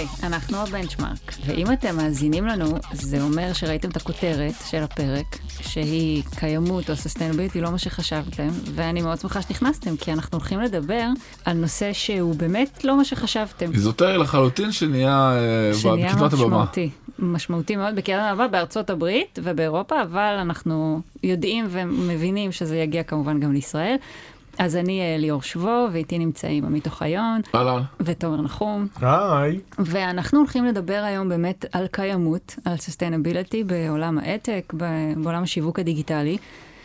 היי, אנחנו הבנצ'מרק, ואם אתם מאזינים לנו, זה אומר שראיתם את הכותרת של הפרק, שהיא קיימות או סוסטיינביליטי, לא מה שחשבתם, ואני מאוד שמחה שנכנסתם, כי אנחנו הולכים לדבר על נושא שהוא באמת לא מה שחשבתם. איזוטרי לחלוטין שנהיה בקדמת הבמה. משמעותי מאוד בקרן הבא בארצות הברית ובאירופה, אבל אנחנו יודעים ומבינים שזה יגיע כמובן גם לישראל. אז אני ליאור שבו, ואיתי נמצאים עמית אוחיון, ותומר נחום. היי. ואנחנו הולכים לדבר היום באמת על קיימות, על sustainability בעולם העתק, בעולם השיווק הדיגיטלי,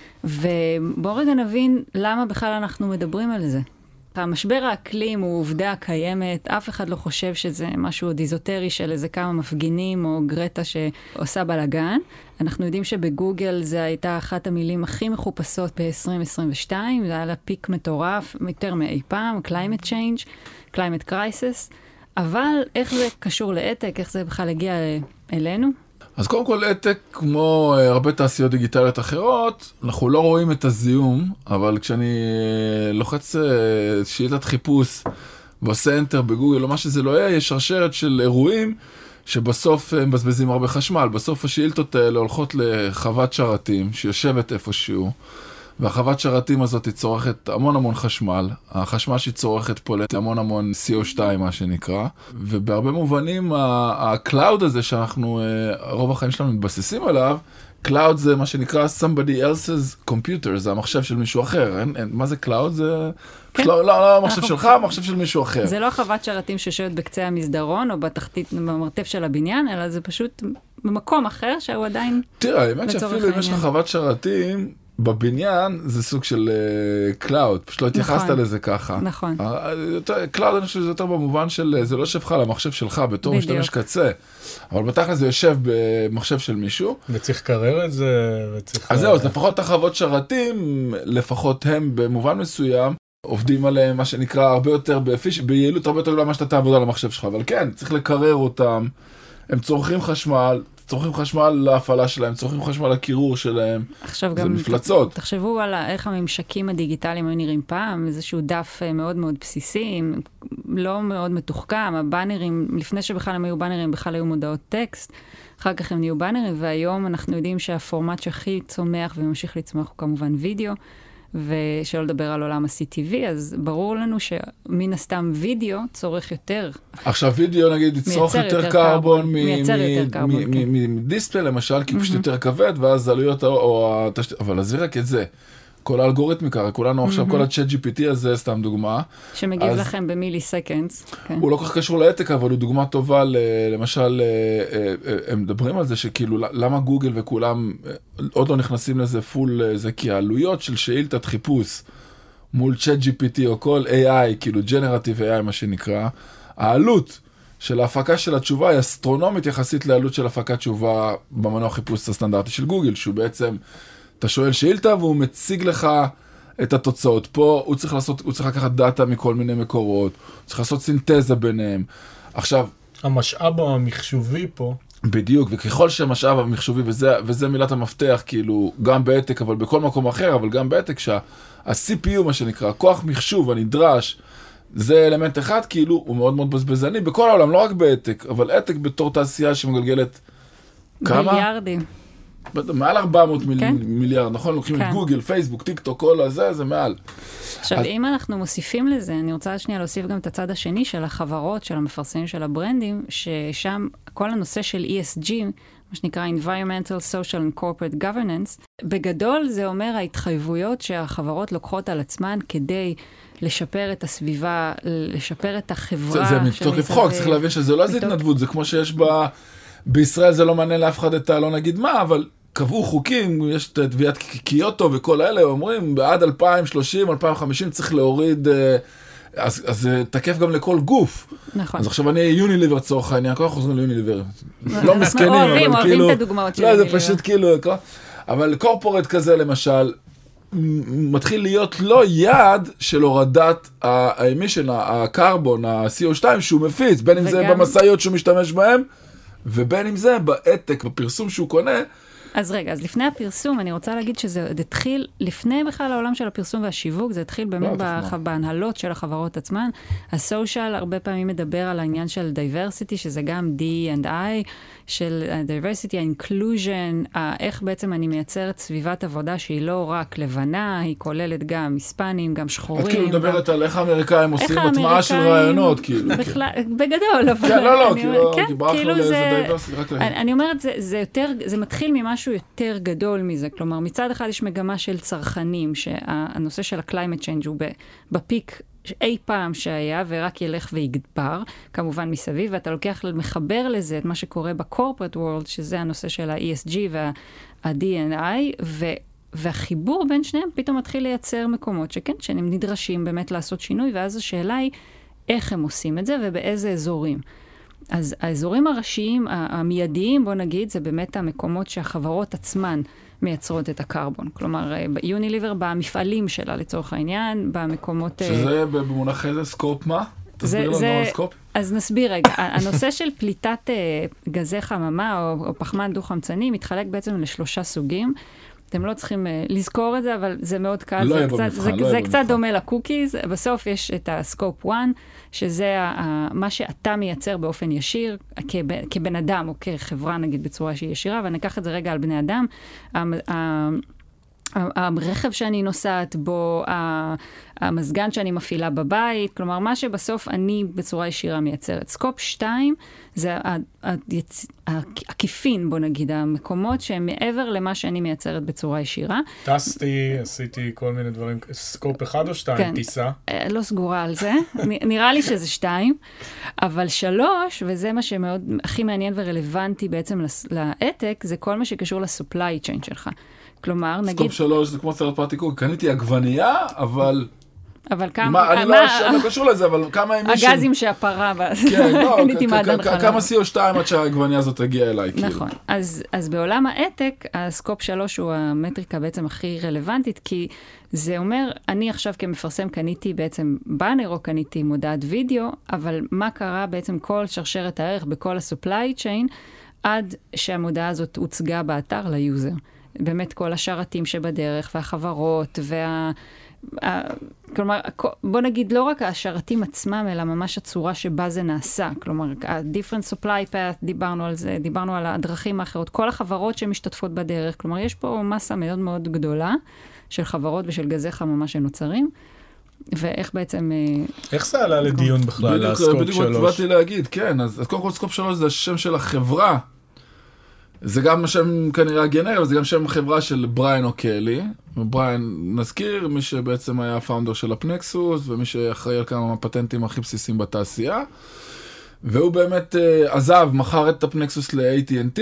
ובואו רגע נבין למה בכלל אנחנו מדברים על זה. המשבר האקלים הוא עובדה קיימת, אף אחד לא חושב שזה משהו עוד איזוטרי של איזה כמה מפגינים או גרטה שעושה בלגן. אנחנו יודעים שבגוגל זה הייתה אחת המילים הכי מחופשות ב-2022, זה היה לה פיק מטורף, יותר מאי פעם, climate change, climate crisis, אבל איך זה קשור לעתק, איך זה בכלל הגיע אלינו? אז קודם כל, עתק, כמו הרבה תעשיות דיגיטליות אחרות, אנחנו לא רואים את הזיהום, אבל כשאני לוחץ שאילת חיפוש ועושה Enter בגוגל, או מה שזה לא יהיה, יש שרשרת של אירועים שבסוף מבזבזים הרבה חשמל. בסוף השאילתות האלה הולכות לחוות שרתים שיושבת איפשהו, והחוות שרתים הזאת היא צורכת המון חשמל. החשמל שהיא צורכת פולט המון CO2 מה שנקרא, ובהרבה מובנים הקלאוד הזה שאנחנו רוב החיים שלנו מתבססים עליו, קלאוד זה מה שנקרא somebody else's computer, זה המחשב של מישהו אחר. מה זה קלאוד? זה כן. לא המחשב שלך, המחשב של מישהו אחר. זה לא חוות שרתים ששבת בקצה המסדרון או בתחתית במרתף של הבניין, אלא זה פשוט במקום אחר שהוא עדיין תראה, האמת שאפילו אם יש לך חוות שרתים בבניין זה סוג של קלאוד, פשוט לא התייחסת לזה ככה. נכון. קלאוד אני חושב שזה יותר במובן של, זה לא יושב לך על המחשב שלך בתור משתמש קצה, אבל בתכל'ס זה יושב במחשב של מישהו. וצריך לקרר את זה, אז זהו, אז לפחות החוות שרתים, לפחות הם במובן מסוים, עובדים עליהם מה שנקרא הרבה יותר ביעילות, הרבה יותר גדולה מה שאתה תעבוד על המחשב שלך, אבל כן, צריך לקרר אותם, הם צורכים חשמל להפעלה שלהם, צורכים חשמל לקירור שלהם, זה מפלצות. תחשבו על איך הממשקים הדיגיטליים היו נראים פעם, איזשהו דף מאוד בסיסי, לא מאוד מתוחכם, הבאנרים, לפני שבכלל הם היו באנרים, בכלל היו מודעות טקסט, אחר כך הם נהיו באנרים, והיום אנחנו יודעים שהפורמט שהכי צומח וממשיך לצמח הוא כמובן וידאו, ושלא לדבר על עולם ה-CTV, אז ברור לנו שמן הסתם וידאו צורך יותר. עכשיו וידאו נגיד יצרוך יותר קרבון מדיספלי למשל, כי פשוט יותר כבד, ואז עלויות או התשתית, אבל עזבי רק את זה. כל האלגוריתמיקה, כולנו עכשיו, כל הצ'אט GPT הזה, סתם דוגמה. שמגיב לכם במילי סקנדס. הוא לא כל כך קשור לעתק, אבל הוא דוגמה טובה, למשל, הם מדברים על זה שכאילו, למה גוגל וכולם עוד לא נכנסים לזה פול, זה כי העלויות של שאילתת חיפוש מול צ'אט GPT או כל AI, כאילו ג'נרטיב AI מה שנקרא, העלות של ההפקה של התשובה היא אסטרונומית יחסית לעלות של הפקת תשובה במנוע חיפוש הסטנדרטי של גוגל, שהוא בעצם אתה שואל שאילתה והוא מציג לך את התוצאות. פה הוא צריך לקחת דאטה מכל מיני מקורות, הוא צריך לעשות סינתזה ביניהם. עכשיו, המשאב המחשובי פה. בדיוק, וככל שהמשאב המחשובי, וזה מילת המפתח, כאילו, גם בעתק, אבל בכל מקום אחר, אבל גם בעתק, שה-CPU, מה שנקרא, כוח מחשוב הנדרש, זה אלמנט אחד, כאילו, הוא מאוד בזבזני, בכל העולם, לא רק בעתק, אבל עתק בתור תעשייה שמגלגלת כמה? מיליארדים. מעל 400 מיליארד, נכון? לוקחים את גוגל, פייסבוק, טיק טוק, כל הזה, זה מעל. עכשיו, אם אנחנו מוסיפים לזה, אני רוצה שנייה להוסיף גם את הצד השני של החברות, של המפרסמים של הברנדים, ששם כל הנושא של ESG, מה שנקרא Environmental, Social and Corporate Governance, בגדול זה אומר ההתחייבויות שהחברות לוקחות על עצמן כדי לשפר את הסביבה, לשפר את החברה. זה מתוקף חוק, צריך להבין שזה לא איזה התנדבות, זה כמו שיש בישראל זה לא מעניין לאף אחד את לא נגיד מה, אבל קבעו חוקים, יש את תביעת קיוטו וכל האלה, אומרים, בעד 2030, 2050 צריך להוריד, אז זה תקף גם לכל גוף. נכון. אז עכשיו אני יוניליבר צורך העניין, כל חוזרים ליוניליבר. לא מסכנים, אבל כאילו... אוהבים את הדוגמאות של יוניליבר. לא, זה פשוט כאילו... אבל קורפורט כזה למשל, מתחיל להיות לא יעד של הורדת האמישן, הקרבון, ה-CO2 שהוא מפיץ, בין אם זה במסעיות שהוא משתמש בהם, ובין אם זה בעתק, בפרסום שהוא קונה, אז רגע, אז לפני הפרסום, אני רוצה להגיד שזה התחיל, לפני בכלל העולם של הפרסום והשיווק, זה התחיל באמת בהנהלות של החברות עצמן. הסושיאל הרבה פעמים מדבר על העניין של diversity, שזה גם D&I, של diversity, inclusion, איך בעצם אני מייצרת סביבת עבודה שהיא לא רק לבנה, היא כוללת גם היספנים, גם שחורים. את כאילו מדברת על איך האמריקאים עושים הטמעה של רעיונות, כאילו. בגדול, אבל... כן, לא, כי ברחנו לאיזה diversity, רק להגיד. אני אומרת, זה מתחיל ממשהו יותר גדול מזה. כלומר, מצד אחד יש מגמה של צרכנים, שהנושא של ה-climate change הוא בפיק אי פעם שהיה, ורק ילך ויגבר, כמובן מסביב, ואתה לוקח, מחבר לזה את מה שקורה ב-corporate world, שזה הנושא של ה-ESG וה-D&I, והחיבור בין שניהם פתאום מתחיל לייצר מקומות שכן, שהם נדרשים באמת לעשות שינוי, ואז השאלה היא איך הם עושים את זה ובאיזה אזורים. אז האזורים הראשיים, המיידיים, בוא נגיד, זה באמת המקומות שהחברות עצמן מייצרות את הקרבון. כלומר, יוניליבר במפעלים שלה לצורך העניין, במקומות... שזה במונח איזה סקופ מה? תסביר לנו על סקופ. אז נסביר רגע. הנושא של פליטת גזי חממה או פחמן דו-חמצני מתחלק בעצם לשלושה סוגים. אתם לא צריכים לזכור את זה, אבל זה מאוד קל. זה קצת דומה לקוקיז. בסוף יש את הסקופ 1, שזה מה שאתה מייצר באופן ישיר, כבן אדם או כחברה, נגיד, בצורה שהיא ישירה, ואני אקח את זה רגע על בני אדם. הרכב שאני נוסעת בו, המזגן שאני מפעילה בבית, כלומר, מה שבסוף אני בצורה ישירה מייצרת. סקופ 2 זה עקיפין, בוא נגיד, המקומות שהם מעבר למה שאני מייצרת בצורה ישירה. טסתי, עשיתי כל מיני דברים, סקופ 1 או 2, כן, טיסה? לא סגורה על זה, נראה לי שזה 2, אבל 3, וזה מה שמאוד הכי מעניין ורלוונטי בעצם לעתק, זה כל מה שקשור לסופליי צ'יין שלך. כלומר, נגיד... סקופ 3 זה כמו סרט פרטיקור, קניתי עגבנייה, אבל... אבל כמה... אני לא קשור לזה, אבל כמה... הגזים שהפרה... כן, לא, כמה CO2 עד שהעגבנייה הזאת הגיעה אליי. נכון. אז בעולם העתק, הסקופ 3 הוא המטריקה בעצם הכי רלוונטית, כי זה אומר, אני עכשיו כמפרסם קניתי בעצם באנר או קניתי מודעת וידאו, אבל מה קרה בעצם כל שרשרת הערך בכל ה-supply chain, עד שהמודעה הזאת הוצגה באתר ליוזר. באמת כל השרתים שבדרך, והחברות, כלומר, בוא נגיד, לא רק השרתים עצמם, אלא ממש הצורה שבה זה נעשה. כלומר, ה-different supply path, דיברנו על זה, דיברנו על הדרכים האחרות, כל החברות שמשתתפות בדרך. כלומר, יש פה מסה מאוד מאוד גדולה של חברות ושל גזי חממה שנוצרים, ואיך בעצם... איך זה עלה לדיון בכלל, הסקופ 3? בדיוק באתי להגיד, כן, אז קודם כל סקופ 3 זה השם של החברה, זה גם שם כנראה הגנרי, אבל זה גם שם חברה של בריין אוקלי. בריין, נזכיר, מי שבעצם היה הפאונדר של הפנקסוס, ומי שאחראי על כמה מהפטנטים הכי בסיסיים בתעשייה. והוא באמת עזב, מכר את הפנקסוס ל-AT&T,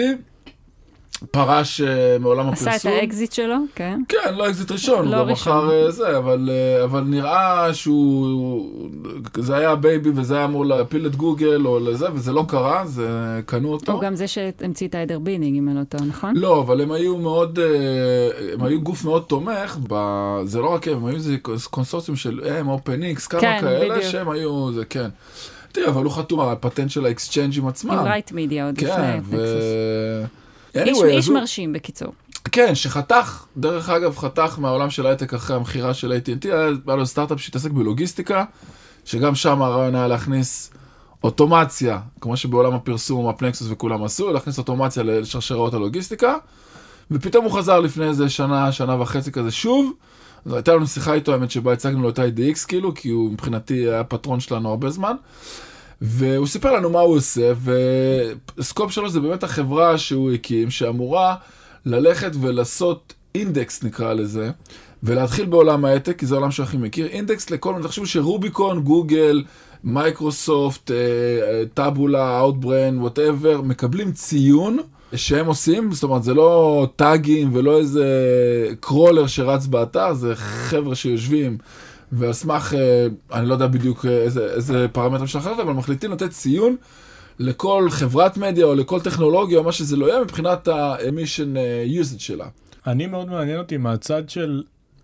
פרש מעולם הפרסום. עשה את האקזיט שלו, כן. כן, לא אקזיט ראשון, הוא לא מכר זה, אבל נראה שהוא, זה היה בייבי וזה היה אמור להפיל את גוגל או לזה, וזה לא קרה, זה קנו אותו. הוא גם זה שהמציא את ההדר בינינג, אם אין אותו, נכון? לא, אבל הם היו מאוד, הם היו גוף מאוד תומך, זה לא רק הם היו איזה קונסורסיום של OpenX, כמה כאלה שהם היו, זה כן. תראה, אבל הוא חתום על הפטנט של האקסצ'יינג'ים עצמם. עם רייט מידיה עוד לפני נקסוס. איש מרשים, בקיצור. כן, שחתך, דרך אגב, חתך מהעולם של הייטק אחרי המחירה של AT&T, היה לו סטארט-אפ שהתעסק בלוגיסטיקה, שגם שם הרעיון היה להכניס אוטומציה, כמו שבעולם הפרסום, הפנקסוס וכולם עשו, להכניס אוטומציה לשרשראות הלוגיסטיקה, ופתאום הוא חזר לפני איזה שנה וחצי כזה שוב, אז הייתה לנו שיחה איתו, האמת שבה הצגנו לו את IDX, כאילו, כי הוא מבחינתי היה פטרון שלנו הרבה זמן, והוא סיפר לנו מה הוא עושה, וסקופ 3 זה באמת החברה שהוא הקים, שאמורה ללכת ולעשות אינדקס נקרא לזה, ולהתחיל בעולם ההייטק, כי זה העולם שהכי מכיר, אינדקס לכל מיני, תחשבו שרוביקון, גוגל, מייקרוסופט, טאבולה, אאוטברן, whatever, מקבלים ציון שהם עושים, זאת אומרת זה לא טאגים ולא איזה קרולר שרץ באתר, זה חבר'ה שיושבים, ועל סמך, אני לא יודע בדיוק איזה פרמטרים של החלטה, אבל מחליטים לתת ציון לכל חברת מדיה או לכל טכנולוגיה או מה שזה לא יהיה מבחינת ה-emission usage שלה. אני מאוד מעניין אותי מהצד של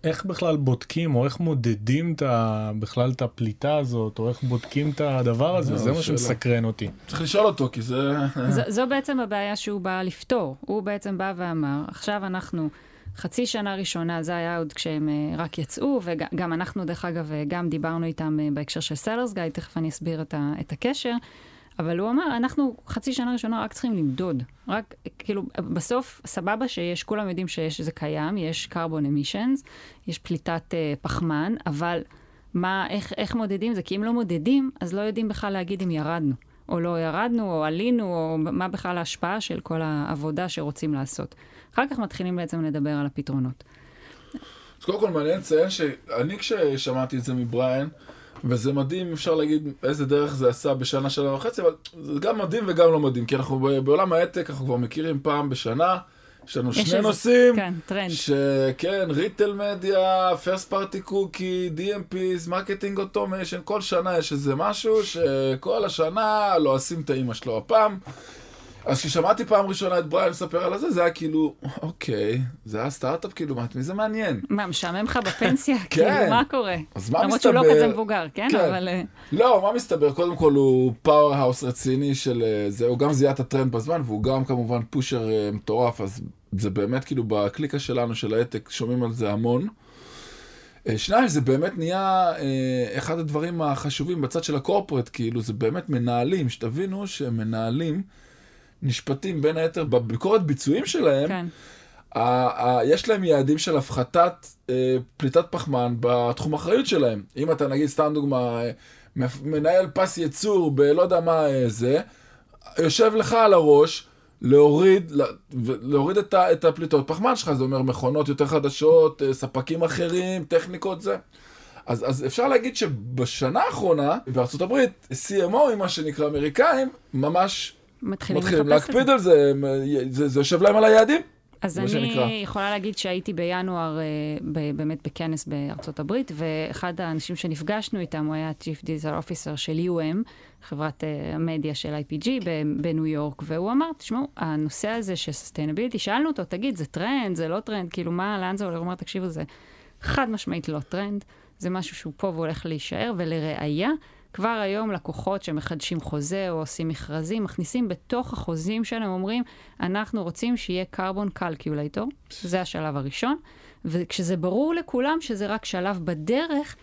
איך בכלל בודקים, או איך מודדים בכלל את הפליטה הזאת, או איך בודקים את הדבר הזה? זה מה שמסקרן אותי. צריך לשאול אותו, כי זה... זו בעצם הבעיה שהוא בא לפתור. הוא בעצם בא ואמר, עכשיו אנחנו חצי שנה ראשונה, זה היה עוד כשהם רק יצאו, וגם אנחנו, דרך אגב, גם דיברנו איתם בהקשר של סלרס גייד, תכף אני אסביר את הקשר, אבל הוא אמר, אנחנו חצי שנה ראשונה רק צריכים למדוד. רק, כאילו, בסוף, סבבה שיש, כולם יודעים שיש, זה קיים, יש carbon emissions, יש פליטת פחמן, אבל איך מודדים זה? כי אם לא מודדים, אז לא יודעים בכלל להגיד אם ירדנו, או לא ירדנו, או עלינו, או מה בכלל ההשפעה של כל העבודה שרוצים לעשות. אחר כך מתחילים בעצם לדבר על הפתרונות. אז קודם כל מעניין לציין שאני כששמעתי את זה מבריין, וזה מדהים, אפשר להגיד איזה דרך זה עשה בשנה, שנה וחצי, אבל זה גם מדהים וגם לא מדהים, כי אנחנו בעולם ההייטק, אנחנו כבר מכירים פעם בשנה, יש לנו שני נושאים, כן, טרנד. שכן, ריטל מדיה, פרסט פארטי קוקי, DMPs, מרקטינג אוטומיישן, כל שנה יש איזה משהו שכל השנה לא עושים את האמא שלו הפעם. אז כששמעתי פעם ראשונה את בריין מספר על זה, זה היה כאילו, אוקיי, זה היה סטארט-אפ, כאילו, מי זה מעניין? מה, משעמם לך בפנסיה? כאילו, מה קורה? אז מה מסתבר? למרות שהוא לא כזה מבוגר, כן? אבל... לא, מה מסתבר? קודם כל הוא פאוור-האוס רציני של זה, הוא גם זיהה את הטרנד בזמן, והוא גם כמובן פושר מטורף, אז זה באמת כאילו בקליקה שלנו, של ההייטק, שומעים על זה המון. שניים, זה באמת נהיה אחד הדברים החשובים בצד של הקורפרט, כאילו, זה באמת מנהלים, שתבינו שמנהלים נשפטים בין היתר בביקורת ביצועים שלהם, כן. יש להם יעדים של הפחתת פליטת פחמן בתחום האחריות שלהם. אם אתה נגיד, סתם דוגמה, מנהל פס ייצור בלא יודע מה זה, יושב לך על הראש להוריד את הפליטות פחמן שלך, זה אומר מכונות יותר חדשות, ספקים אחרים, טכניקות זה. אז אפשר להגיד שבשנה האחרונה, בארצות הברית, CMO, מה שנקרא אמריקאים, ממש מתחילים להקפיד על זה, זה יושב להם על היעדים. אז אני יכולה להגיד שהייתי בינואר באמת בכנס בארצות הברית, ואחד האנשים שנפגשנו איתם, הוא היה Chief Digital Officer של UM, חברת המדיה של IPG בניו יורק, והוא אמר, תשמעו, הנושא הזה של Sustainability, שאלנו אותו, תגיד, זה טרנד, זה לא טרנד, כאילו מה, לאן זה הולך? הוא אמר, תקשיבו, זה חד משמעית לא טרנד, זה משהו שהוא פה והולך להישאר, ולראיה, כבר היום לקוחות שמחדשים חוזה או עושים מכרזים, מכניסים בתוך החוזים שלהם, אומרים, אנחנו רוצים שיהיה carbon calculator, זה השלב הראשון, וכשזה ברור לכולם שזה רק שלב בדרך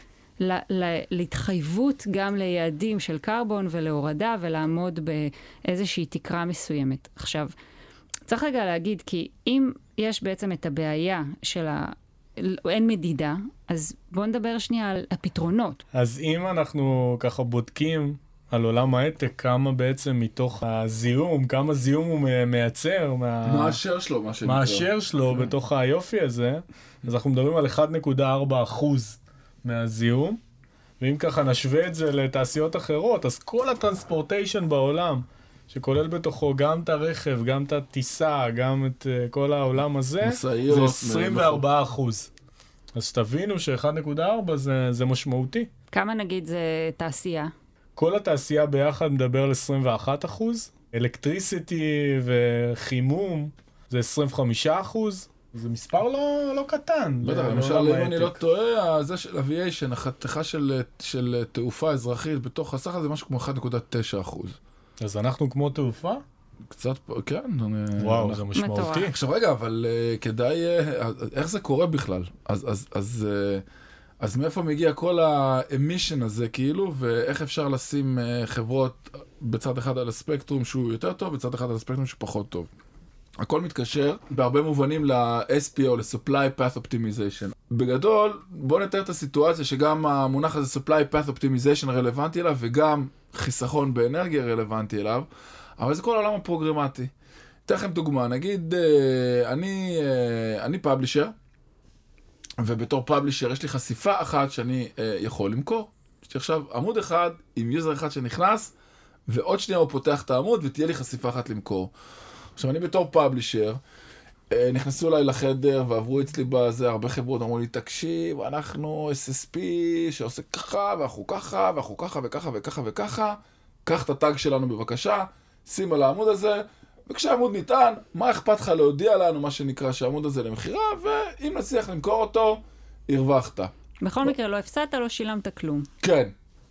להתחייבות גם ליעדים של קרבון ולהורדה ולעמוד באיזושהי תקרה מסוימת. עכשיו, צריך רגע להגיד, כי אם יש בעצם את הבעיה של אין מדידה, אז בואו נדבר שנייה על הפתרונות. אז אם אנחנו ככה בודקים על עולם ההייטק, כמה בעצם מתוך הזיהום, כמה זיהום הוא מייצר, מה השאר שלו, מה שנקרא. מה השאר שלו בתוך היופי הזה, אז אנחנו מדברים על 1.4% מהזיהום, ואם ככה נשווה את זה לתעשיות אחרות, אז כל הטרנספורטיישן בעולם, שכולל בתוכו גם את הרכב, גם את הטיסה, גם את כל העולם הזה, זה 24%. אז תבינו ש1.4 זה משמעותי. כמה נגיד זה תעשייה? כל התעשייה ביחד מדבר על 21%, אלקטריסיטי וחימום זה 25%, זה מספר לא קטן. בטח, למשל, אם אני לא טועה, זה של אביישן, החתיכה של תעופה אזרחית בתוך הסחר זה משהו כמו 1.9%. אז אנחנו כמו תעופה? קצת, כן. וואו, זה משמעותי. עכשיו רגע, אבל כדאי, איך זה קורה בכלל? אז מאיפה מגיע כל האמישן הזה, כאילו, ואיך אפשר לשים חברות בצד אחד על הספקטרום שהוא יותר טוב, בצד אחד על הספקטרום שהוא פחות טוב. הכל מתקשר בהרבה מובנים ל-SPO, ל-Supply Path Optimization. בגדול, בואו נתאר את הסיטואציה שגם המונח הזה Supply Path Optimization רלוונטי אליו, וגם חיסכון באנרגיה רלוונטי אליו, אבל זה כל העולם הפרוגרמטי. אתן לכם דוגמה, נגיד, אני פאבלישר, ובתור פאבלישר יש לי חשיפה אחת שאני יכול למכור. יש לי עכשיו עמוד אחד עם יוזר אחד שנכנס, ועוד שנייה הוא פותח את העמוד ותהיה לי חשיפה אחת למכור. עכשיו אני בתור פאבלישר, נכנסו אליי לחדר ועברו אצלי בזה, הרבה חברות אמרו לי, תקשיב, אנחנו SSP שעושה ככה, ואנחנו ככה, ואנחנו ככה וככה וככה וככה, קח את הטאג שלנו בבקשה, שים על העמוד הזה, וכשהעמוד ניתן, מה אכפת לך להודיע לנו, מה שנקרא שהעמוד הזה למחירה, ואם נצליח למכור אותו, הרווחת. בכל מקרה, לא הפסדת, לא שילמת כלום. כן,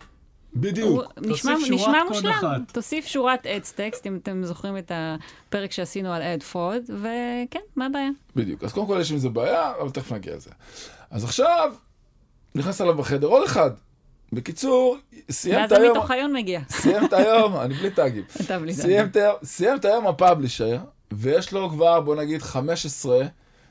בדיוק. נשמע מושלם. תוסיף שורת ads text, אם אתם זוכרים את הפרק שעשינו על ad fraud, וכן, מה הבעיה? בדיוק. אז קודם כל יש עם זה בעיה, אבל תכף נגיע לזה. אז עכשיו, נכנס עליו בחדר עוד אחד. בקיצור, סיים את היום... ואז המיתוכיון מגיע. סיים את היום, אני בלי תאגיד. אתה בלי תאגיד. סיים את היום הפאבלישר, ויש לו כבר, בוא נגיד, 15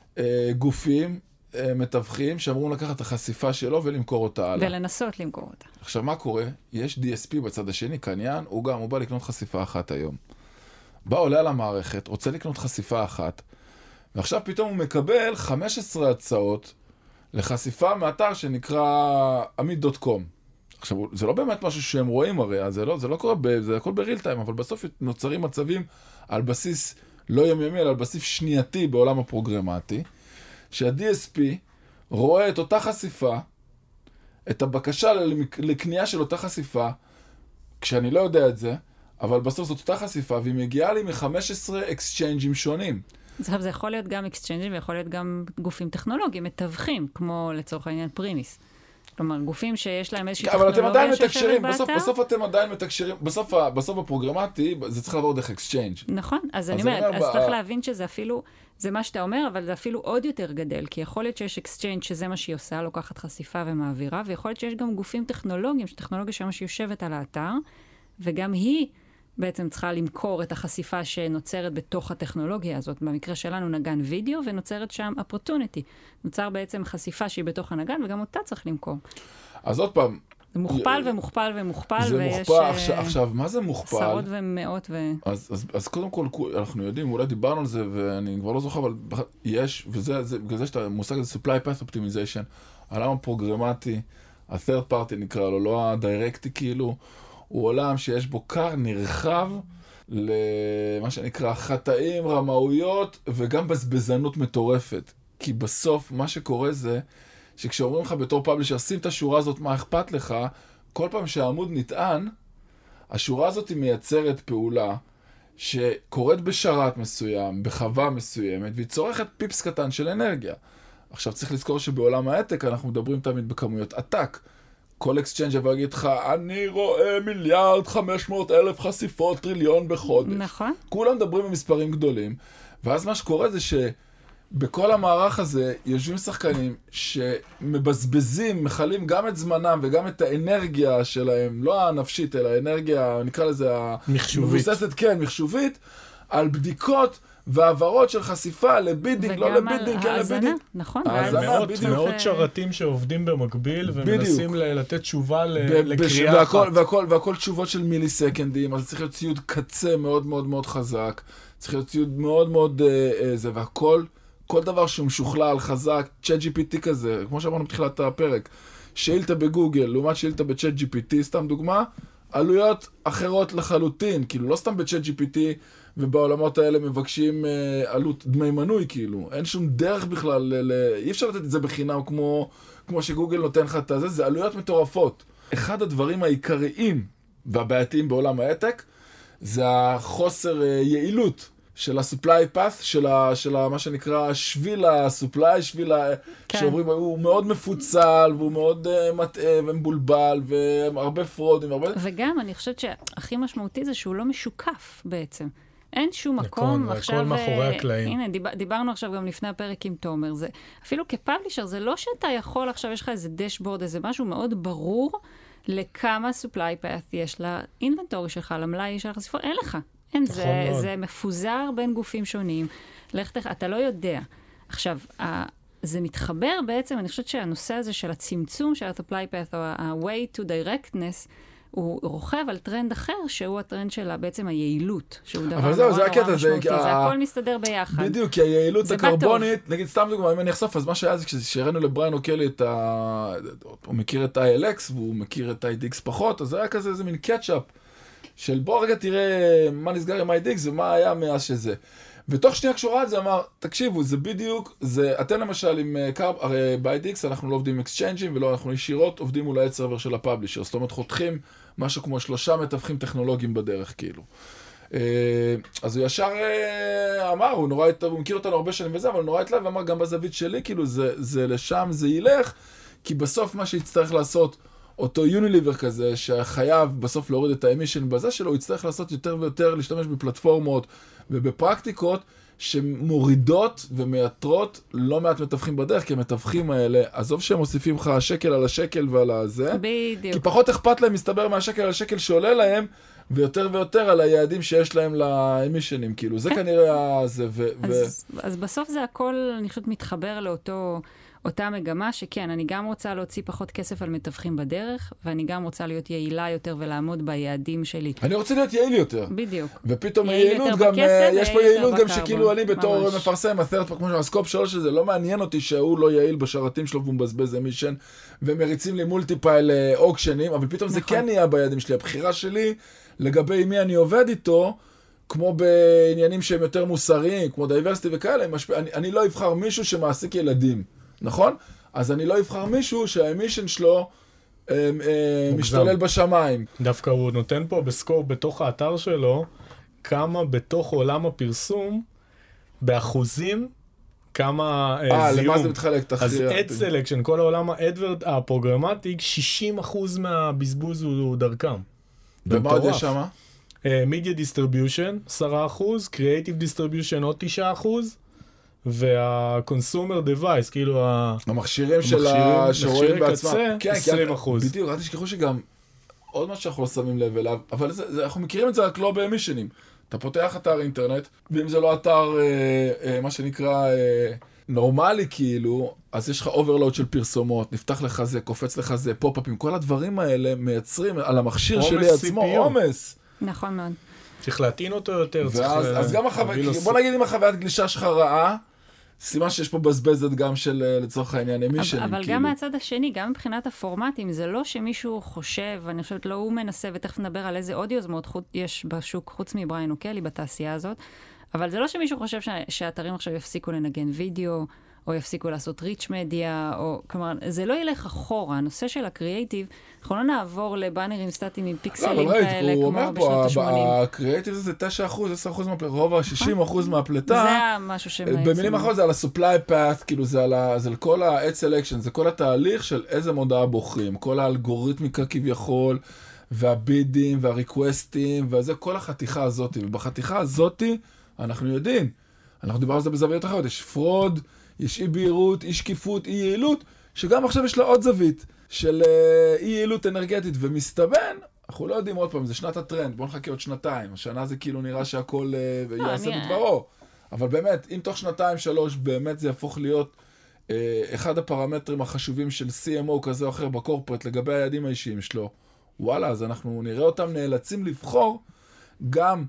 גופים מתווכים שאמורים לקחת את החשיפה שלו ולמכור אותה הלאה. ולנסות למכור אותה. עכשיו, מה קורה? יש DSP בצד השני, קניין, הוא בא לקנות חשיפה אחת היום. בא עולה על המערכת, רוצה לקנות חשיפה אחת, ועכשיו פתאום הוא מקבל 15 הצעות לחשיפה מאתר שנקרא amit.com. עכשיו, זה לא באמת משהו שהם רואים הרי, זה לא קורה, זה הכל בריל טיים, אבל בסוף נוצרים מצבים על בסיס לא יומיומי, אלא על בסיס שנייתי בעולם הפרוגרמטי, שה-DSP רואה את אותה חשיפה, את הבקשה לקנייה של אותה חשיפה, כשאני לא יודע את זה, אבל בסוף זאת אותה חשיפה, והיא מגיעה לי מ-15 אקסצ'יינג'ים שונים. זה יכול להיות גם אקסצ'יינג'ים, ויכול להיות גם גופים טכנולוגיים, מתווכים, כמו לצורך העניין פריניס. כלומר, גופים שיש להם איזושהי טכנולוגיה שיושבת באתר. בסוף אתם עדיין מתקשרים, בסוף הפרוגרמטי, זה צריך לעבור דרך אקסצ'יינג'. נכון, אז אני אומרת, אז צריך להבין שזה אפילו, זה מה שאתה אומר, אבל זה אפילו עוד יותר גדל, כי יכול להיות שיש אקסצ'יינג' שזה מה שהיא עושה, לוקחת חשיפה ומעבירה, ויכול להיות שיש גם גופים טכנולוגיים, שטכנולוגיה שמה שיושבת על האתר, וגם היא בעצם צריכה למכור את החשיפה שנוצרת בתוך הטכנולוגיה הזאת. במקרה שלנו נגן וידאו, ונוצרת שם opportunity. נוצר בעצם חשיפה שהיא בתוך הנגן, וגם אותה צריך למכור. אז עוד פעם... זה מוכפל ומוכפל ומוכפל, זה ויש... מוכפל, עכשיו, מה זה מוכפל? עשרות ומאות אז קודם כל, אנחנו יודעים, אולי דיברנו על זה, ואני כבר לא זוכר, אבל יש, בגלל זה שאתה מושג הזה, supply path optimization, העולם הפרוגרמטי, ה-third party נקרא לו, לא ה-directy כאילו, הוא עולם שיש בו קר נרחב למה שנקרא חטאים, רמאויות וגם בזבזנות מטורפת. כי בסוף מה שקורה זה שכשאומרים לך בתור פאבלישר, שים את השורה הזאת, מה אכפת לך, כל פעם שהעמוד נטען, השורה הזאת היא מייצרת פעולה שקורית בשרת מסוים, בחווה מסוימת, והיא צורכת פיפס קטן של אנרגיה. עכשיו צריך לזכור שבעולם ההטק אנחנו מדברים תמיד בכמויות עתק. כל אקסצ'יינג' יבוא להגיד לך, אני רואה 1,500,000 חשיפות, טריליון בחודש. נכון. כולם מדברים במספרים גדולים, ואז מה שקורה זה שבכל המערך הזה יושבים שחקנים שמבזבזים, מחלים גם את זמנם וגם את האנרגיה שלהם, לא הנפשית, אלא האנרגיה, נקרא לזה מחשובית. מבוססת, כן, מחשובית, על בדיקות והעברות של חשיפה לבידינג, לא לבידינג, כן לבידינג. נכון. מאות שרתים שעובדים במקביל ומנסים לתת תשובה לקריאה אחת. והכל תשובות של מיליסקנדים, אז צריך להיות ציוד קצה מאוד מאוד מאוד חזק, צריך להיות ציוד מאוד מאוד זה, והכל, כל דבר שהוא משוכלל, חזק, צ'אט GPT כזה, כמו שאמרנו בתחילת הפרק, שאילתה בגוגל, לעומת שאילתה בצ'אט GPT, סתם דוגמה, עלויות אחרות לחלוטין, כאילו לא סתם בצ'אט GPT, ובעולמות האלה מבקשים עלות דמי מנוי, כאילו. אין שום דרך בכלל, אי אפשר לתת את זה בחינם כמו שגוגל נותן לך את זה, זה עלויות מטורפות. אחד הדברים העיקריים והבעייתיים בעולם ההטק, זה החוסר יעילות של ה-supply path, של מה שנקרא שביל ה-supply, שעוברים, הוא מאוד מפוצל, והוא מאוד מטעה ומבולבל, והרבה פרודים, וגם אני חושבת שהכי משמעותי זה שהוא לא משוקף בעצם. אין שום מקום עכשיו... הכל מאחורי הקלעים. הנה, דיברנו עכשיו גם לפני הפרק עם תומר. אפילו כפאבלישר, זה לא שאתה יכול עכשיו, יש לך איזה דשבורד, איזה משהו מאוד ברור לכמה supply path יש לאינבנטורי שלך, למלאי של החשיפות. אין לך. אין, זה מפוזר בין גופים שונים. אתה לא יודע. עכשיו, זה מתחבר בעצם, אני חושבת שהנושא הזה של הצמצום של ה-supply path, או ה-way to directness, הוא רוכב על טרנד אחר, שהוא הטרנד של בעצם היעילות, שהוא דבר נורא נורא משמעותי. זה הכל מסתדר ביחד. בדיוק, כי היעילות הקרבונית, נגיד סתם דוגמה, אם אני אחשוף, אז מה שהיה זה כשהראינו לבריין אוקלי הוא מכיר את ILX, והוא מכיר את IDX פחות, אז זה היה כזה איזה מין קאצ'אפ, של בוא רגע תראה מה נסגר עם IDX ומה היה מאז שזה. ותוך שנייה כשהוא זה אמר, תקשיבו, זה בדיוק, אתם למשל עם קרב, הרי ב-IDX אנחנו לא עובדים עם אקסצ'יינג'ים, ולא אנחנו ישירות עובדים מול ה-ad server של הפאבלישר, זאת אומרת חותכים משהו כמו 3 מתווכים טכנולוגיים בדרך כאילו. אז הוא ישר אמר, הוא מכיר אותנו הרבה שנים וזה, אבל הוא נורא התלהב, ואמר גם בזווית שלי, כאילו זה לשם זה ילך, כי בסוף מה שיצטרך לעשות אותו יוניליבר כזה, שחייב בסוף להוריד את האמישן בזה שלו, הוא יצטרך לעשות יותר ויותר, להשתמש בפלטפורמות ובפרקטיקות, שמורידות ומייתרות לא מעט מתווכים בדרך, כי המתווכים האלה, עזוב שהם מוסיפים לך שקל על השקל ועל הזה, בדיוק. כי פחות אכפת להם מסתבר מהשקל על השקל שעולה להם, ויותר ויותר על היעדים שיש להם לאמישנים, כאילו, זה כנראה זה. אז בסוף זה הכל, אני חושבת, מתחבר אותה מגמה שכן, אני גם רוצה להוציא פחות כסף על מתווכים בדרך, ואני גם רוצה להיות יעילה יותר ולעמוד ביעדים שלי. אני רוצה להיות יעיל יותר. בדיוק. ופתאום יעילות גם, יש פה יעילות גם שכאילו אני בתור מפרסם, כמו שהסקופ שלו שזה, לא מעניין אותי שהוא לא יעיל בשרתים שלו והוא מבזבז אמישן, ומריצים לי מולטיפייל אוקשנים, אבל פתאום זה כן נהיה ביעדים שלי. הבחירה שלי לגבי מי אני עובד איתו, כמו בעניינים שהם יותר מוסריים, כמו דייברסיטי וכאלה, אני לא אבחר מישהו שמעסיק ילדים. נכון? אז אני לא אבחר מישהו שהאמישן שלו משתולל בשמיים. דווקא הוא נותן פה בסקופ בתוך האתר שלו, כמה בתוך עולם הפרסום, באחוזים, כמה זיהום. למה זה מתחלק? אז ad selection, כל העולם הפרוגרמטי, 60% מהבזבוז הוא דרכם. ומה עוד יש שמה? Media distribution, 10%, Creative distribution עוד 9%, וה-consumer device, כאילו המכשירים שרואים בעצמם. כן, 20%. בדיוק, אל תשכחו שגם עוד מה שאנחנו לא שמים לב אליו, אבל אנחנו מכירים את זה רק לא באמישנים. אתה פותח אתר אינטרנט, ואם זה לא אתר, מה שנקרא, נורמלי כאילו, אז יש לך אוברלוד של פרסומות, נפתח לך זה, קופץ לך זה, פופ-אפים, כל הדברים האלה מייצרים על המכשיר שלי עצמו עומס. נכון מאוד. צריך להטעין אותו יותר. אז גם בוא נגיד אם החוויית גלישה שלך רעה, סימן שיש פה בזבזת גם של, לצורך העניין, אמישנים. אבל גם מהצד השני, גם מבחינת הפורמטים, זה לא שמישהו חושב, אני חושבת לא הוא מנסה, ותכף נדבר על איזה עוד יוזמות יש בשוק, חוץ מבריין אוקלי בתעשייה הזאת, אבל זה לא שמישהו חושב שהאתרים עכשיו יפסיקו לנגן וידאו, או יפסיקו לעשות ריץ' מדיה, או כלומר, זה לא ילך אחורה. הנושא של הקריאייטיב, אנחנו לא נעבור לבאנרים סטטיים עם פיקסלים כאלה, כמו בשנות ה-80. הקריאייטיב זה 9%, 10% רוב ה-60% מהפלטה. זה משהו שמייצים. במילים אחרות זה על ה-supply path, כאילו זה על כל ה-ad selection, זה כל התהליך של איזה מודעה בוחרים, כל האלגוריתמיקה כביכול, והבידים, והריקווסטים, וזה כל החתיכה הזאת. ובחתיכה הזאת, אנחנו יודעים, אנחנו דיברנו על זה בזוויות אחרות, יש פרוד, יש אי בהירות, אי שקיפות, אי יעילות, שגם עכשיו יש לה עוד זווית של אי יעילות אנרגטית, ומסתבן, אנחנו לא יודעים עוד פעם, זה שנת הטרנד, בואו נחכה עוד שנתיים, השנה זה כאילו נראה שהכל יעשה בדברו, אבל באמת, אם תוך 2-3 באמת זה יהפוך להיות אחד הפרמטרים החשובים של CMO כזה או אחר בקורפרט, לגבי היעדים האישיים שלו, וואלה, אז אנחנו נראה אותם נאלצים לבחור גם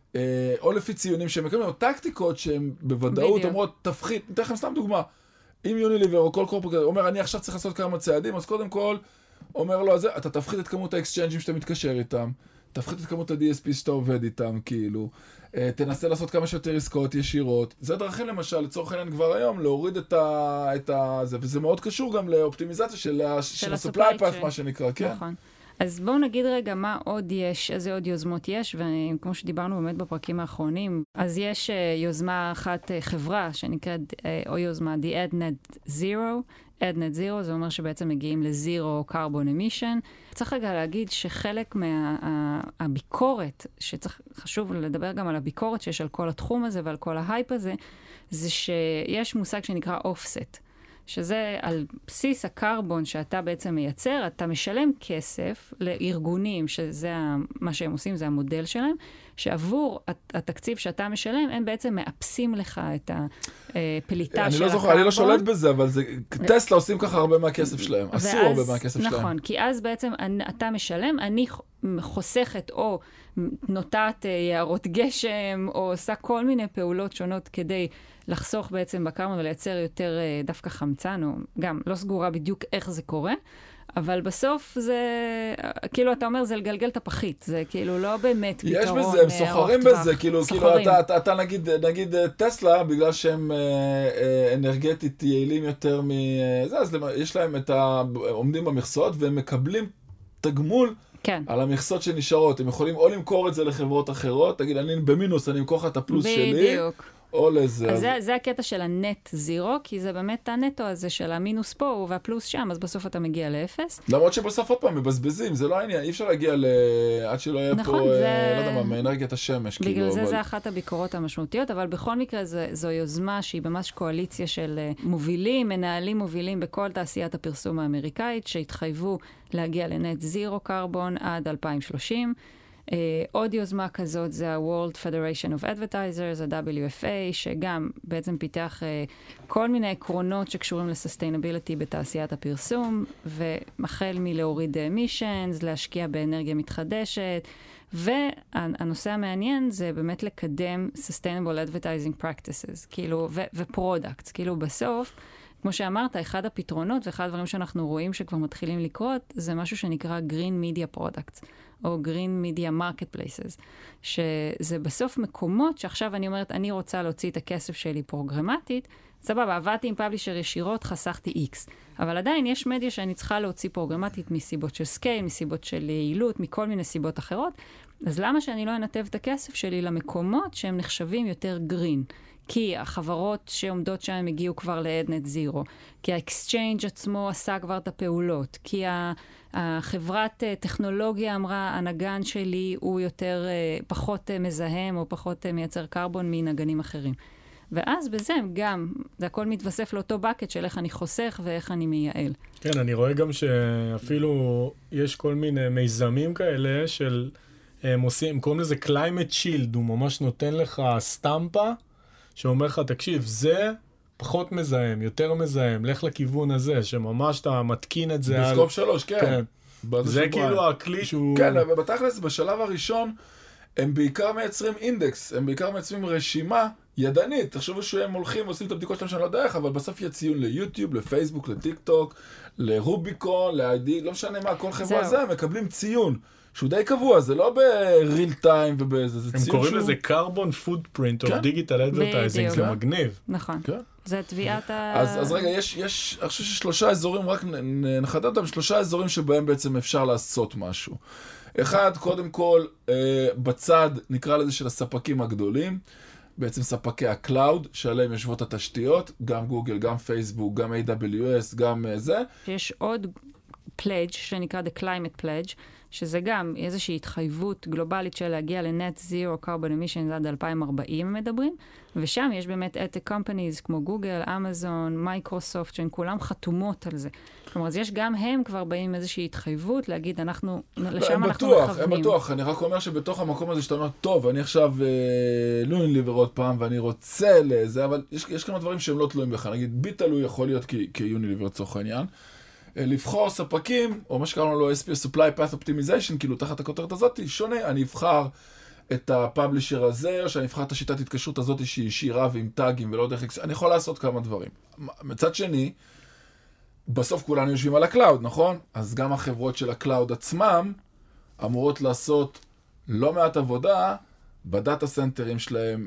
או לפי ציונים שהם מקבלים, או טקטיקות שהן בוודאות אומרות, תפחית, ניתן לכם סתם דוגמה, אם יוניליבר או כל קורפרט אומר, אני עכשיו צריך לעשות כמה צעדים, אז קודם כל, אומר לו, אתה תפחית את כמות האקסצ'יינג'ים שאתה מתקשר איתם, תפחית את כמות ה-DSP שאתה עובד איתם, כאילו, תנסה לעשות כמה שיותר עסקאות ישירות, זה דרכים למשל, לצורך העניין כבר היום, להוריד את זה, וזה מאוד קשור גם לאופטימיזציה של ה-supply path, מה שנקרא, כן? נכון. אז בואו נגיד רגע מה עוד יש, איזה עוד יוזמות יש, וכמו שדיברנו באמת בפרקים האחרונים, אז יש יוזמה אחת, חברה שנקראת, או יוזמה, The AdNet Zero. AdNet Zero זה אומר שבעצם מגיעים ל-Zero Carbon Emission. צריך רגע להגיד שחלק מהביקורת, חשוב לדבר גם על הביקורת שיש על כל התחום הזה ועל כל ההייפ הזה, זה שיש מושג שנקרא Offset. שזה על בסיס הקרבון שאתה בעצם מייצר, אתה משלם כסף לארגונים, שזה מה שהם עושים, זה המודל שלהם, שעבור התקציב שאתה משלם, הם בעצם מאפסים לך את הפליטה של הקרבון. אני לא זוכר, אני לא שולט בזה, אבל טסלה עושים ככה הרבה מהכסף שלהם, אסור הרבה מהכסף שלהם. נכון, כי אז בעצם אתה משלם, אני חוסכת או נוטעת יערות גשם, או עושה כל מיני פעולות שונות כדי לחסוך בעצם בקרבון ולייצר יותר דווקא חמצן, או גם לא סגורה בדיוק איך זה קורה, אבל בסוף זה, כאילו אתה אומר, זה לגלגל את הפחית, זה כאילו לא באמת פתרון. יש בזה, הם סוחרים בזה, כאילו אתה נגיד טסלה, בגלל שהם אנרגטית יעילים יותר מזה, אז יש להם עומדים במכסות, והם מקבלים תגמול כן. על המכסות שנשארות. הם יכולים או למכור את זה לחברות אחרות, תגיד, אני במינוס, אני אמכור לך את הפלוס שלי. בדיוק. או לזה. אז זה הקטע של הנט זירו, כי זה באמת הנטו הזה של המינוס פה והפלוס שם, אז בסוף אתה מגיע לאפס. למרות שבסוף עוד פעם מבזבזים, זה לא העניין, אי אפשר להגיע עד שלא יהיה פה, לא יודע מה, מאנרגיית השמש. בגלל זה אחת הביקורות המשמעותיות, אבל בכל מקרה זו יוזמה שהיא ממש קואליציה של מובילים, מנהלים מובילים בכל תעשיית הפרסום האמריקאית, שהתחייבו להגיע לנט זירו קרבון עד 2030. עוד יוזמה כזאת זה ה-World Federation of Advertisers, ה-WFA, שגם בעצם פיתח כל מיני עקרונות שקשורים לסוסטיינביליטי בתעשיית הפרסום, ומחל מלהוריד emissions, להשקיע באנרגיה מתחדשת, והנושא המעניין זה באמת לקדם Sustainable Advertising Practices, כאילו, ו-Products, כאילו בסוף, כמו שאמרת, אחד הפתרונות ואחד הדברים שאנחנו רואים שכבר מתחילים לקרות, זה משהו שנקרא Green Media Products, או Green Media Marketplaces, שזה בסוף מקומות שעכשיו אני אומרת, אני רוצה להוציא את הכסף שלי פרוגרמטית, סבבה, עבדתי עם פאבלישר ישירות, חסכתי X, אבל עדיין יש מדיה שאני צריכה להוציא פרוגרמטית מסיבות של סקייל, מסיבות של יעילות, מכל מיני סיבות אחרות, אז למה שאני לא אנתב את הכסף שלי למקומות שהם נחשבים יותר גרין? כי החברות שעומדות שם הגיעו כבר ל-Net Zero, כי האקסצ'יינג' עצמו עשה כבר את הפעולות, כי החברת טכנולוגיה אמרה, הנגן שלי הוא יותר, פחות מזהם או פחות מייצר קרבון מנגנים אחרים. ואז בזה גם, זה הכל מתווסף לאותו בקט של איך אני חוסך ואיך אני מייעל. כן, אני רואה גם שאפילו יש כל מיני מיזמים כאלה של, הם קוראים לזה Climate Shield, הוא ממש נותן לך סטמפה, שאומר לך, תקשיב, זה פחות מזהם, יותר מזהם, לך לכיוון הזה, שממש אתה מתקין את זה בסקופ 3, כן. זה כאילו הכלי שהוא... כן, ובתכלס, בשלב הראשון, הם בעיקר מייצרים אינדקס, הם בעיקר מייצרים רשימה ידנית. תחשבו שהם הולכים ועושים את הבדיקות שלהם שאני לא יודע איך, אבל בסוף יהיה ציון ליוטיוב, לפייסבוק, לטיק טוק, לרוביקון, ל-ID, לא משנה מה, כל חברה זה, הם מקבלים ציון. שהוא די קבוע, זה לא ב-real time ובזה, זה ציון שהוא... הם קוראים לזה carbon footprint of digital advertising, זה מגניב. נכון. זה תביעת ה... אז רגע, יש, אני חושב ששלושה אזורים, רק נחדד אותם, שלושה אזורים שבהם בעצם אפשר לעשות משהו. אחד, קודם כל, בצד, נקרא לזה של הספקים הגדולים, בעצם ספקי הקלאוד, שעליהם יושבות התשתיות, גם גוגל, גם פייסבוק, גם AWS, גם זה. יש עוד pledge שנקרא The Climate Pledge, שזה גם איזושהי התחייבות גלובלית של להגיע ל-Net Zero Carbon Emissions עד 2040 מדברים, ושם יש באמת EdTech companies כמו גוגל, אמזון, מייקרוסופט, שהן כולם חתומות על זה. כלומר, אז יש גם הם כבר באים עם איזושהי התחייבות להגיד, לשם אנחנו מכוונים. הם בטוח, אני רק אומר שבתוך המקום הזה שאתה אומר, טוב, אני עכשיו יוניליבר עוד פעם, ואני רוצה לזה, אבל יש כמה דברים שהם לא תלויים בך. נגיד, ביטל הוא יכול להיות כיוניליבר לצורך העניין. לבחור ספקים, או מה שקראנו לו SPS, Supply Path Optimization, כאילו תחת הכותרת הזאת, שונה, אני אבחר את הפאבלישר הזה, או שאני אבחר את השיטת התקשרות הזאת שהיא ישירה ועם טאגים ולא יודע איך, אני יכול לעשות כמה דברים. מצד שני, בסוף כולנו יושבים על הקלאוד, נכון? אז גם החברות של הקלאוד עצמם אמורות לעשות לא מעט עבודה בדאטה סנטרים שלהם,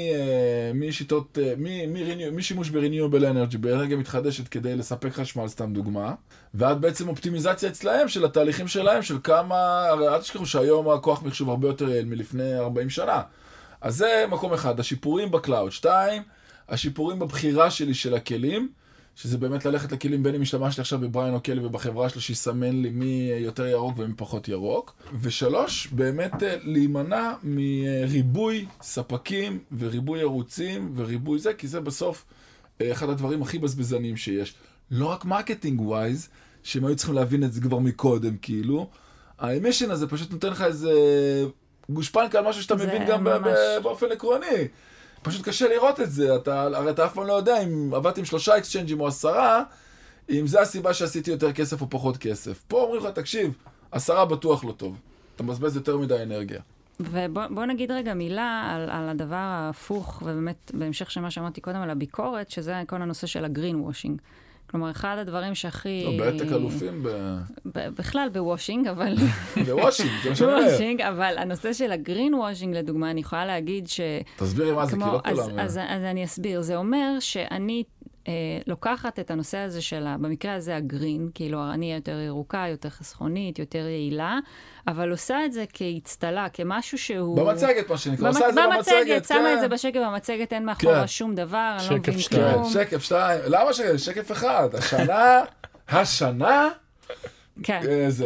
משיטות, משימוש ב-renewable energy, באנרגיה מתחדשת כדי לספק חשמל, סתם דוגמה, ועד בעצם אופטימיזציה אצלהם של התהליכים שלהם, של כמה, הרי אל תשכחו שהיום הכוח מחשוב הרבה יותר יעיל מלפני 40 שנה. אז זה מקום אחד, השיפורים בקלאוד. 2, השיפורים בבחירה שלי של הכלים, שזה באמת ללכת לכלים בין אם השתמשתי עכשיו בבריין או כלי ובחברה שלו שיסמן לי מי יותר ירוק ומי פחות ירוק. 3, באמת להימנע מריבוי ספקים וריבוי ערוצים וריבוי זה, כי זה בסוף אחד הדברים הכי בזבזניים שיש. לא רק מרקטינג ווייז, שהם היו צריכים להבין את זה כבר מקודם, כאילו. האמישן הזה פשוט נותן לך איזה גושפנקה על משהו שאתה מבין גם באופן עקרוני. פשוט קשה לראות את זה, הרי אתה אף פעם לא יודע אם עבדתי עם 3 אקסצ'יינג'ים או 10, אם זה הסיבה שעשיתי יותר כסף או פחות כסף. פה אומרים לך, תקשיב, 10 בטוח לא טוב, אתה מבזבז יותר מדי אנרגיה. ובוא נגיד רגע מילה על הדבר ההפוך, ובאמת בהמשך שמה שאמרתי קודם על הביקורת, שזה כל הנושא של הגרין וושינג. כלומר, אחד הדברים שהכי... לא, בעתק אלופים בכלל בוושינג, אבל... בוושינג, זה מה שאני אומר. בוושינג, אבל הנושא של הגרין וושינג, לדוגמה, אני יכולה להגיד ש... תסבירי מה זה, כי לא כולם... אז אני אסביר. זה אומר שאני לוקחת את הנושא הזה שלה, במקרה הזה הגרין, כאילו אני יותר ירוקה, יותר חסכונית, יותר יעילה, אבל עושה את זה כהצטלה, כמשהו שהוא... במצגת, מה שנקרא, עושה את זה במצגת, שמה את זה בשקף, במצגת אין מאחורה שום דבר, אני לא מבין כלום. שקף 2, למה שקף 1? השנה... כן,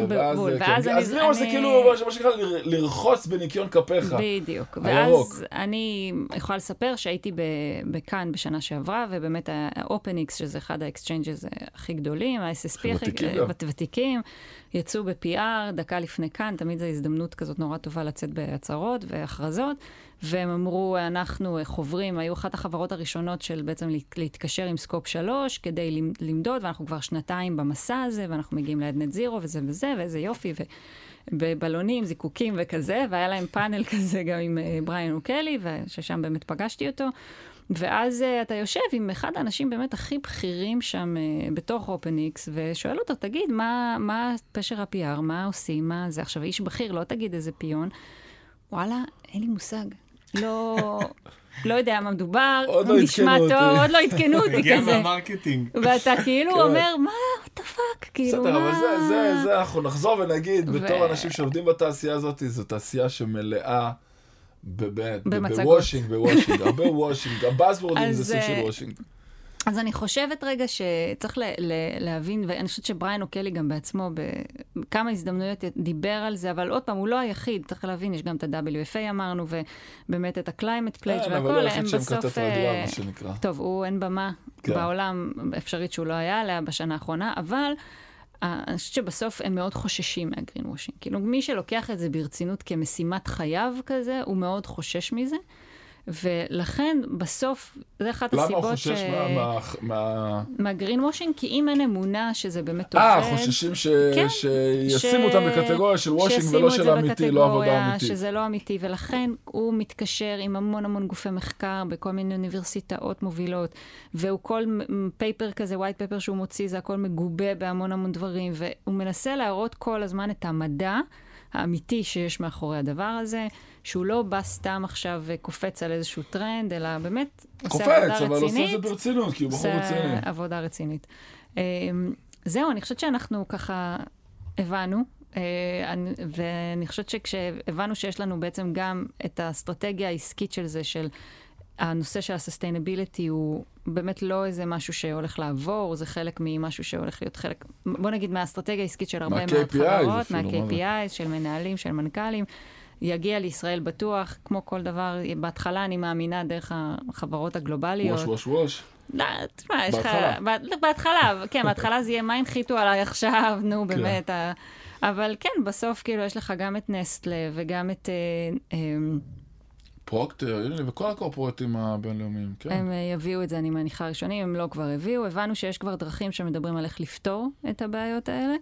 אז נראה שזה כאילו, מה שנקרא, לרחוץ בניקיון כפיך. בדיוק. ואז אני יכולה לספר שהייתי בכאן בשנה שעברה, ובאמת ה-OpenX, שזה אחד ה-exchanges הכי גדולים, ה-SSP הכי ותיקים, יצאו ב-PR, דקה לפני כאן, תמיד זו הזדמנות כזאת נורא טובה לצאת בהצהרות והכרזות, והם אמרו, אנחנו חוברים, היו אחת החברות הראשונות של בעצם להתקשר עם סקופ 3, כדי למדוד, ואנחנו כבר 2 במסע הזה, ואנחנו מגיעים ליד נט זירו, וזה וזה, ואיזה יופי, ובבלונים, זיקוקים וכזה, והיה להם פאנל כזה גם עם בריין אוקלי, ששם באמת פגשתי אותו, ואז אתה יושב עם אחד האנשים באמת הכי בכירים שם בתוך OpenX, ושואל אותו, תגיד, מה פשר ה-PR, מה עושים, מה זה? עכשיו, איש בכיר, לא תגיד איזה פיון. וואלה, אין לי מושג. לא יודע מה מדובר, נשמע טוב, עוד לא עדכנו אותי כזה. מגיע מהמרקטינג. ואתה כאילו אומר, מה, what the fuck, כאילו מה... אבל זה אנחנו נחזור ונגיד, בתור אנשים שעובדים בתעשייה הזאת, זו תעשייה שמלאה בוושינג, הרבה וושינג, הבאזוורדים זה סוג של וושינג. אז אני חושבת רגע שצריך להבין, ואני חושבת שבריין אוקלי גם בעצמו בכמה הזדמנויות דיבר על זה, אבל עוד פעם, הוא לא היחיד, צריך להבין, יש גם את ה-WFA אמרנו, ובאמת את ה-Climate Pledge והכל, הם בסוף... טוב, הוא אין במה בעולם אפשרית שהוא לא היה עליה בשנה האחרונה, אבל אני חושבת שבסוף הם מאוד חוששים מהגרין וושינג. כאילו, מי שלוקח את זה ברצינות כמשימת חייו כזה, הוא מאוד חושש מזה. ולכן בסוף, זה אחת הסיבות למה הוא חושש מהגרין וושינג? כי אם אין אמונה שזה באמת עובד... חוששים שישימו אותם בקטגוריה של וושינג ולא של אמיתי, לא עבודה אמיתית. שזה לא אמיתי, ולכן הוא מתקשר עם המון גופי מחקר בכל מיני אוניברסיטאות מובילות, והוא כל פייפר כזה, ווייט פייפר שהוא מוציא, זה הכל מגובה בהמון דברים, והוא מנסה להראות כל הזמן את המדע האמיתי שיש מאחורי הדבר הזה, שהוא לא בא סתם עכשיו וקופץ על איזשהו טרנד, אלא באמת עושה עבודה רצינית. אבל עושה את זה ברצינות, כי הוא בחור רציני. עושה עבודה רצינית. זהו, אני חושבת שאנחנו ככה הבנו, ואני חושבת שכשהבנו שיש לנו בעצם גם את האסטרטגיה העסקית של זה, של הנושא של ה-sustainability הוא באמת לא איזה משהו שהולך לעבור, זה חלק ממשהו שהולך להיות חלק, בוא נגיד מהאסטרטגיה העסקית של הרבה מאוד חברות, מה-KPI, של מנהלים, של מנכ"לים, יגיע לישראל בטוח, כמו כל דבר, בהתחלה אני מאמינה דרך החברות הגלובליות. ווש. לא, תשמע, יש לך... בהתחלה, כן, בהתחלה זה יהיה מה הנחיתו עליי עכשיו, נו, באמת. אבל כן, בסוף כאילו יש לך גם את נסטלה וגם את... פרוקטר, וכל הקורפורטים הבינלאומיים, כן. הם יביאו את זה, אני מניחה ראשונים, הם לא כבר הביאו. הבנו שיש כבר דרכים שמדברים על איך לפתור את הבעיות האלה,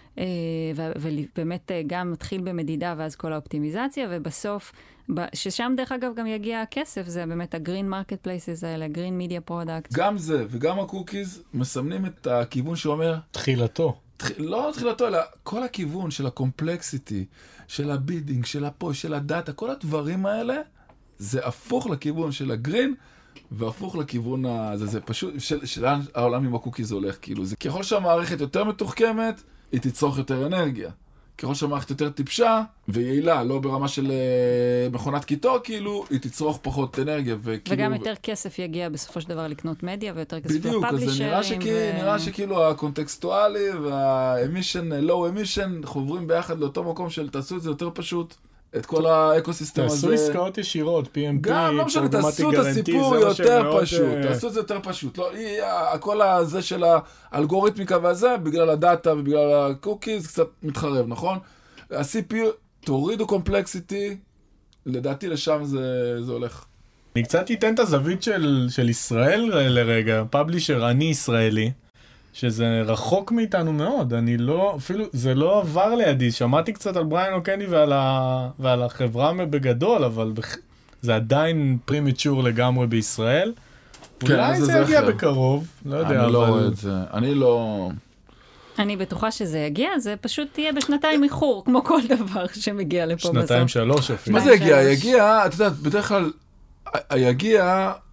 ובאמת גם מתחיל במדידה ואז כל האופטימיזציה, ובסוף, ששם דרך אגב גם יגיע הכסף, זה באמת הגרין מרקט פלייסס האלה, גרין מידיה פרודקט. גם זה, וגם הקוקיז מסמנים את הכיוון שאומר... תחילתו. לא תחילתו, אלא כל הכיוון של הקומפלקסיטי, של הבידינג, של הפוש, של הדאטה, כל הדברים האלה, זה הפוך לכיוון של הגרין, והפוך לכיוון הזה, זה פשוט, שלאן העולם עם הקוקיז הולך, כאילו, זה ככל שהמערכת יותר מתוחכמת, היא תצרוך יותר אנרגיה. ככל שהמערכת יותר טיפשה ויעילה, לא ברמה של מכונת קיטור, כאילו, היא תצרוך פחות אנרגיה. וגם יותר כסף יגיע בסופו של דבר לקנות מדיה, ויותר כסף לפאבלישרים. בדיוק, אז נראה שכאילו הקונטקסטואלי והאמישן, לואו אמישן, חוברים ביחד לאותו מקום של תעשו את זה יותר פשוט. את כל האקוסיסטם הזה. תעשו עסקאות ישירות, PMP, גם לא משנה, תעשו את הסיפור יותר פשוט. תעשו את זה יותר פשוט. הכל הזה של האלגוריתמיקה והזה, בגלל הדאטה ובגלל הקוקיז, קצת מתחרב, נכון? ה-CPU, תורידו קומפלקסיטי, לדעתי לשם זה הולך. אני קצת אתן את הזווית של ישראל לרגע, פאבלישר, אני ישראלי. שזה רחוק מאיתנו מאוד, אני לא, אפילו, זה לא עבר לידי, שמעתי קצת על בריין אוקני ועל החברה בגדול, אבל זה עדיין פרימיצ'ור לגמרי בישראל. כן, אולי זה יגיע בקרוב, לא יודע, אני לא רואה את זה, אני לא... אני בטוחה שזה יגיע, זה פשוט תהיה בשנתיים איחור, כמו כל דבר שמגיע לפה בסוף. 2-3 אפילו. מה זה יגיע? יגיע, אתה יודע, בדרך כלל, יגיע...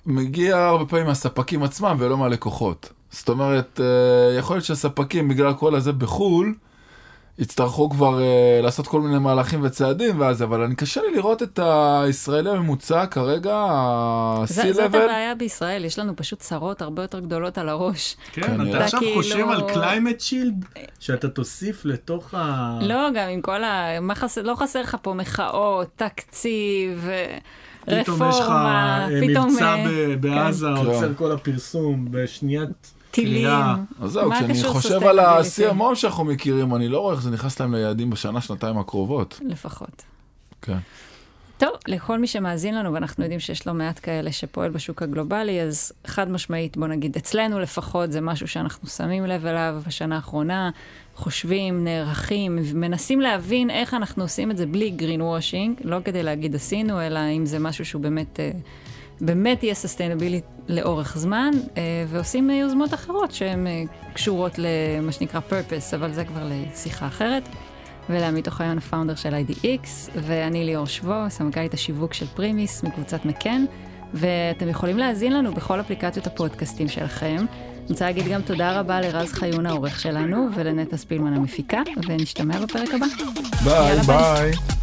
מגיע הרבה פעמים מהספקים עצמם ולא מהלקוחות. זאת אומרת, יכול להיות שהספקים בגלל כל הזה בחול, יצטרכו כבר לעשות כל מיני מהלכים וצעדים ואז, אבל אני קשה לי לראות את הישראלי הממוצע כרגע, זאת הבעיה בישראל, יש לנו פשוט צרות הרבה יותר גדולות על הראש. כן, אתה עכשיו חושב על climate shield, שאתה תוסיף לתוך לא, גם עם כל לא חסר לך פה מחאות, תקציב, רפורמה, פתאום יש לך מבצע בעזה, עוצר כל הפרסום, בשניית טילים. אז זהו, כשאני חושב על ה-CMO שאנחנו מכירים, אני לא רואה איך זה נכנס להם ליעדים בשנה, שנתיים הקרובות. לפחות. כן. טוב, לכל מי שמאזין לנו, ואנחנו יודעים שיש לו מעט כאלה שפועל בשוק הגלובלי, אז חד משמעית, בוא נגיד, אצלנו לפחות, זה משהו שאנחנו שמים לב אליו בשנה האחרונה, חושבים, נערכים, מנסים להבין איך אנחנו עושים את זה בלי green washing, לא כדי להגיד עשינו, אלא אם זה משהו שהוא באמת יהיה sustainability לאורך זמן, ועושים יוזמות אחרות שהן קשורות למה שנקרא purpose, אבל זה כבר לשיחה אחרת. ולעמית אוחיון, הפאונדר של IDX, ואני ליאור שבו, סמנכ"לית השיווק של פרימיס מקבוצת מקן, ואתם יכולים להאזין לנו בכל אפליקציות הפודקאסטים שלכם. אני רוצה להגיד גם תודה רבה לרז חיון העורך שלנו, ולנטע ספילמן המפיקה, ונשתמע בפרק הבא. ביי ביי.